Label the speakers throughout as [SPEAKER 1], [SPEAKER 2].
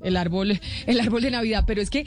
[SPEAKER 1] el árbol de Navidad, pero es que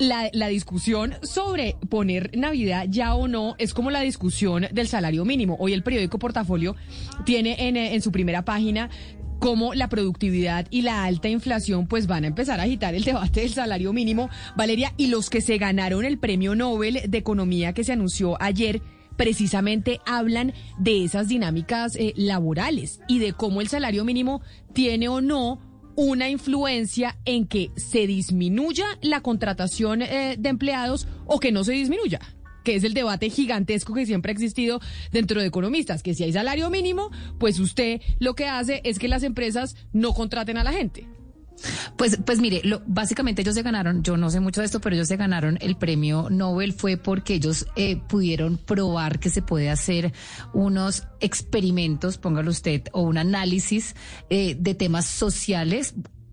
[SPEAKER 1] la discusión sobre poner Navidad ya o no es como la discusión del salario mínimo. Hoy el periódico Portafolio tiene en su primera página cómo la productividad y la alta inflación pues van a empezar a agitar el debate del salario mínimo, Valeria, y los que se ganaron el premio Nobel de Economía que se anunció ayer precisamente hablan de esas dinámicas laborales y de cómo el salario mínimo tiene o no una influencia en que se disminuya la contratación de empleados o que no se disminuya, que es el debate gigantesco que siempre ha existido dentro de economistas, que si hay salario mínimo, pues usted lo que hace es que las empresas no contraten a la gente.
[SPEAKER 2] Pues mire, básicamente ellos se ganaron, yo no sé mucho de esto, pero ellos se ganaron el premio Nobel fue porque ellos pudieron probar que se puede hacer unos experimentos, póngalo usted, o un análisis de temas sociales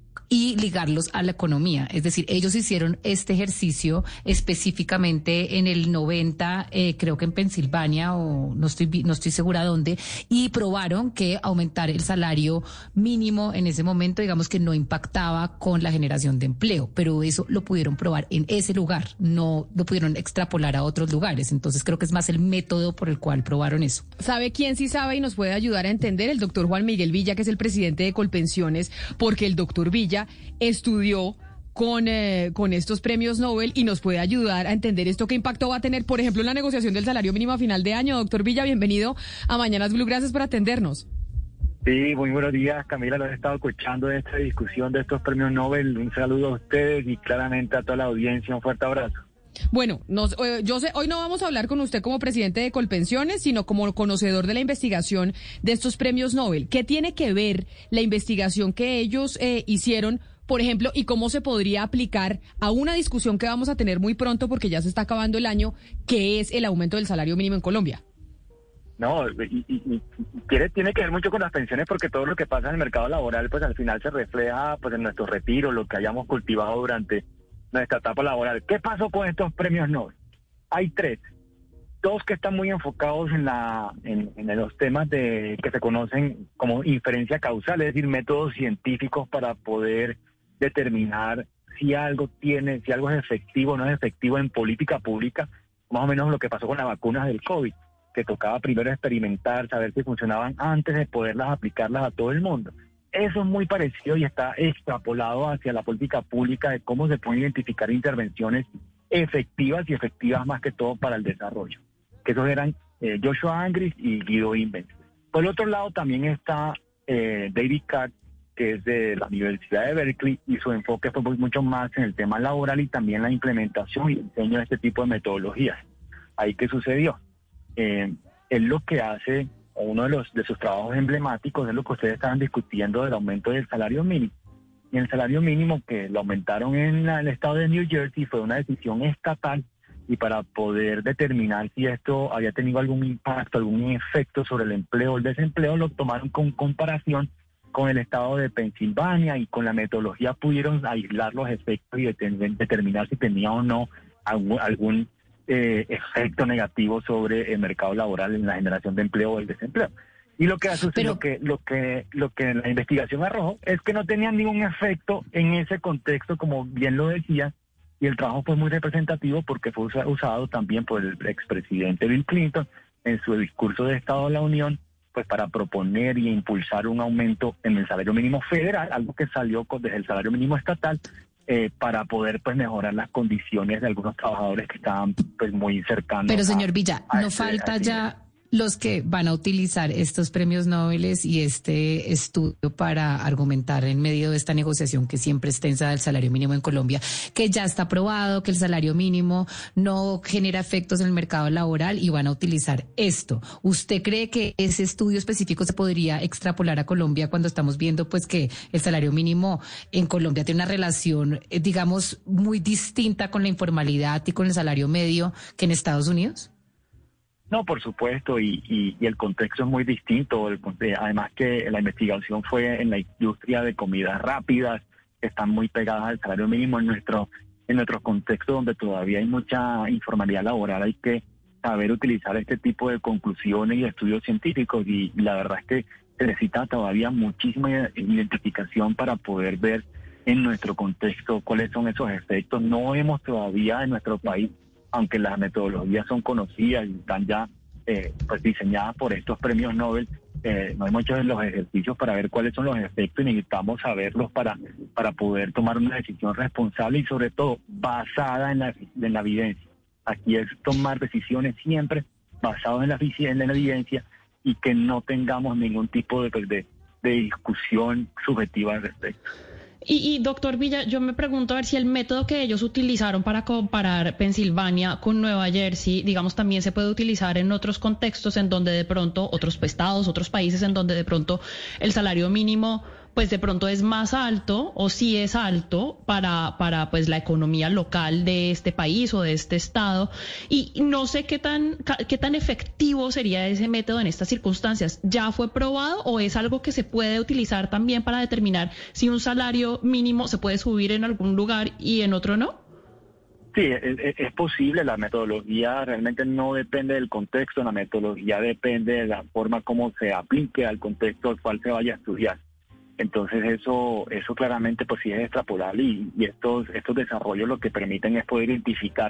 [SPEAKER 2] y ligarlos a la economía. Es decir, ellos hicieron este ejercicio específicamente en el 90, creo que en Pensilvania, o no estoy segura dónde, y probaron que aumentar el salario mínimo en ese momento, digamos que no impactaba con la generación de empleo, pero eso lo pudieron probar en ese lugar, no lo pudieron extrapolar a otros lugares. Entonces creo que es más el método por el cual probaron eso.
[SPEAKER 1] ¿Sabe quién sí sabe y nos puede ayudar a entender? El doctor Juan Miguel Villa, que es el presidente de Colpensiones, porque el doctor Villa estudió con estos premios Nobel y nos puede ayudar a entender esto, qué impacto va a tener, por ejemplo, en la negociación del salario mínimo a final de año. Doctor Villa, bienvenido a Mañanas Blue, gracias por atendernos.
[SPEAKER 3] Sí, muy buenos días, Camila, los he estado escuchando en esta discusión de estos premios Nobel. Un saludo a ustedes y claramente a toda la audiencia, un fuerte abrazo.
[SPEAKER 1] Bueno, yo sé, hoy no vamos a hablar con usted como presidente de Colpensiones, sino como conocedor de la investigación de estos premios Nobel. ¿Qué tiene que ver la investigación que ellos hicieron, por ejemplo, y cómo se podría aplicar a una discusión que vamos a tener muy pronto porque ya se está acabando el año, que es el aumento del salario mínimo en Colombia?
[SPEAKER 3] No, y tiene que ver mucho con las pensiones, porque todo lo que pasa en el mercado laboral pues al final se refleja pues en nuestro retiro, lo que hayamos cultivado durante nuestra etapa laboral. ¿Qué pasó con estos premios Nobel? Hay dos que están muy enfocados en los temas que se conocen como inferencia causal, es decir, métodos científicos para poder determinar si algo es efectivo o no es efectivo en política pública, más o menos lo que pasó con las vacunas del COVID, que tocaba primero experimentar, saber si funcionaban antes de poderlas aplicarlas a todo el mundo. Eso es muy parecido y está extrapolado hacia la política pública de cómo se pueden identificar intervenciones efectivas y efectivas más que todo para el desarrollo. Que esos eran Joshua Angris y Guido Imbens. Por el otro lado también está David Katz, que es de la Universidad de Berkeley, y su enfoque fue mucho más en el tema laboral y también la implementación y diseño de este tipo de metodologías. Ahí, ¿qué sucedió? Él lo que hace, uno de sus trabajos emblemáticos, es lo que ustedes estaban discutiendo del aumento del salario mínimo. Y el salario mínimo que lo aumentaron en el estado de New Jersey fue una decisión estatal, y para poder determinar si esto había tenido algún impacto, algún efecto sobre el empleo o el desempleo, lo tomaron con comparación con el estado de Pensilvania, y con la metodología pudieron aislar los efectos y determinar si tenía o no algún efecto negativo sobre el mercado laboral en la generación de empleo o el desempleo. Y lo que lo que la investigación arrojó es que no tenía ningún efecto en ese contexto, como bien lo decía, y el trabajo fue muy representativo porque fue usado también por el expresidente Bill Clinton en su discurso de Estado de la Unión, pues para proponer y impulsar un aumento en el salario mínimo federal, algo que salió desde el salario mínimo estatal, para poder pues mejorar las condiciones de algunos trabajadores que estaban pues muy cercanos.
[SPEAKER 2] Pero señor Villa, no falta ya los que van a utilizar estos premios Nobel y este estudio para argumentar en medio de esta negociación que siempre es tensa del salario mínimo en Colombia, que ya está probado que el salario mínimo no genera efectos en el mercado laboral, y van a utilizar esto. ¿Usted cree que ese estudio específico se podría extrapolar a Colombia cuando estamos viendo pues que el salario mínimo en Colombia tiene una relación, digamos, muy distinta con la informalidad y con el salario medio que en Estados Unidos?
[SPEAKER 3] No, por supuesto, y el contexto es muy distinto. Además que la investigación fue en la industria de comidas rápidas, que están muy pegadas al salario mínimo. En nuestro contexto, donde todavía hay mucha informalidad laboral, hay que saber utilizar este tipo de conclusiones y estudios científicos, y la verdad es que se necesita todavía muchísima identificación para poder ver en nuestro contexto cuáles son esos efectos. No vemos todavía en nuestro país, aunque las metodologías son conocidas y están ya pues diseñadas por estos premios Nobel, no hemos hecho los ejercicios para ver cuáles son los efectos y necesitamos saberlos para poder tomar una decisión responsable y sobre todo basada en la evidencia. Aquí es tomar decisiones siempre basadas en la evidencia y que no tengamos ningún tipo de discusión subjetiva al respecto.
[SPEAKER 4] Y doctor Villa, yo me pregunto a ver si el método que ellos utilizaron para comparar Pensilvania con Nueva Jersey, digamos, también se puede utilizar en otros contextos en donde de pronto otros estados, otros países en donde de pronto el salario mínimo pues de pronto es más alto o sí es alto para pues la economía local de este país o de este estado. Y no sé qué tan efectivo sería ese método en estas circunstancias. ¿Ya fue probado o es algo que se puede utilizar también para determinar si un salario mínimo se puede subir en algún lugar y en otro no?
[SPEAKER 3] Sí, es posible. La metodología realmente no depende del contexto, la metodología depende de la forma como se aplique al contexto al cual se vaya a estudiar. Entonces eso claramente pues sí es extrapolable y estos desarrollos lo que permiten es poder identificar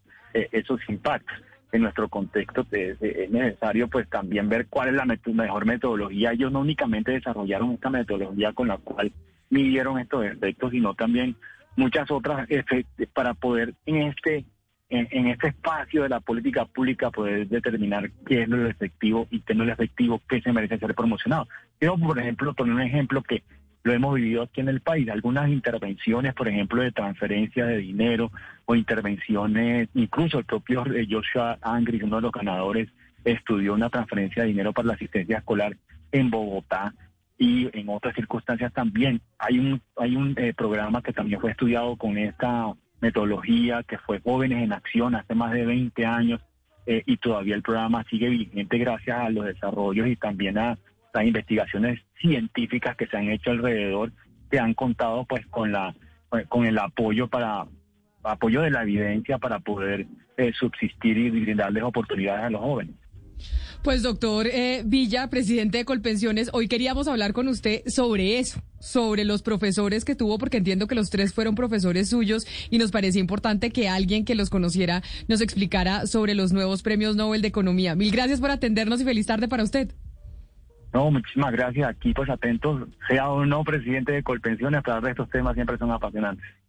[SPEAKER 3] esos impactos. En nuestro contexto es necesario pues también ver cuál es la mejor metodología. Ellos no únicamente desarrollaron esta metodología con la cual midieron estos efectos, sino también muchas otras para poder en este espacio de la política pública poder determinar qué es lo efectivo y qué no es lo efectivo, qué se merece ser promocionado. Quiero, por ejemplo, poner un ejemplo que lo hemos vivido aquí en el país. Algunas intervenciones, por ejemplo, de transferencia de dinero o intervenciones, incluso el propio Joshua Angris, uno de los ganadores, estudió una transferencia de dinero para la asistencia escolar en Bogotá y en otras circunstancias también. Hay un programa que también fue estudiado con esta metodología que fue Jóvenes en Acción hace más de 20 años y todavía el programa sigue vigente gracias a los desarrollos y también a las investigaciones científicas que se han hecho alrededor, que han contado pues con el apoyo de la evidencia para poder subsistir y brindarles oportunidades a los jóvenes.
[SPEAKER 1] Pues doctor Villa, presidente de Colpensiones, hoy queríamos hablar con usted sobre eso, sobre los profesores que tuvo, porque entiendo que los 3 fueron profesores suyos y nos parecía importante que alguien que los conociera nos explicara sobre los nuevos premios Nobel de Economía. Mil gracias por atendernos y feliz tarde para usted.
[SPEAKER 3] No, muchísimas gracias. Aquí pues atentos, sea o no presidente de Colpensiones, hablar de estos temas siempre son apasionantes.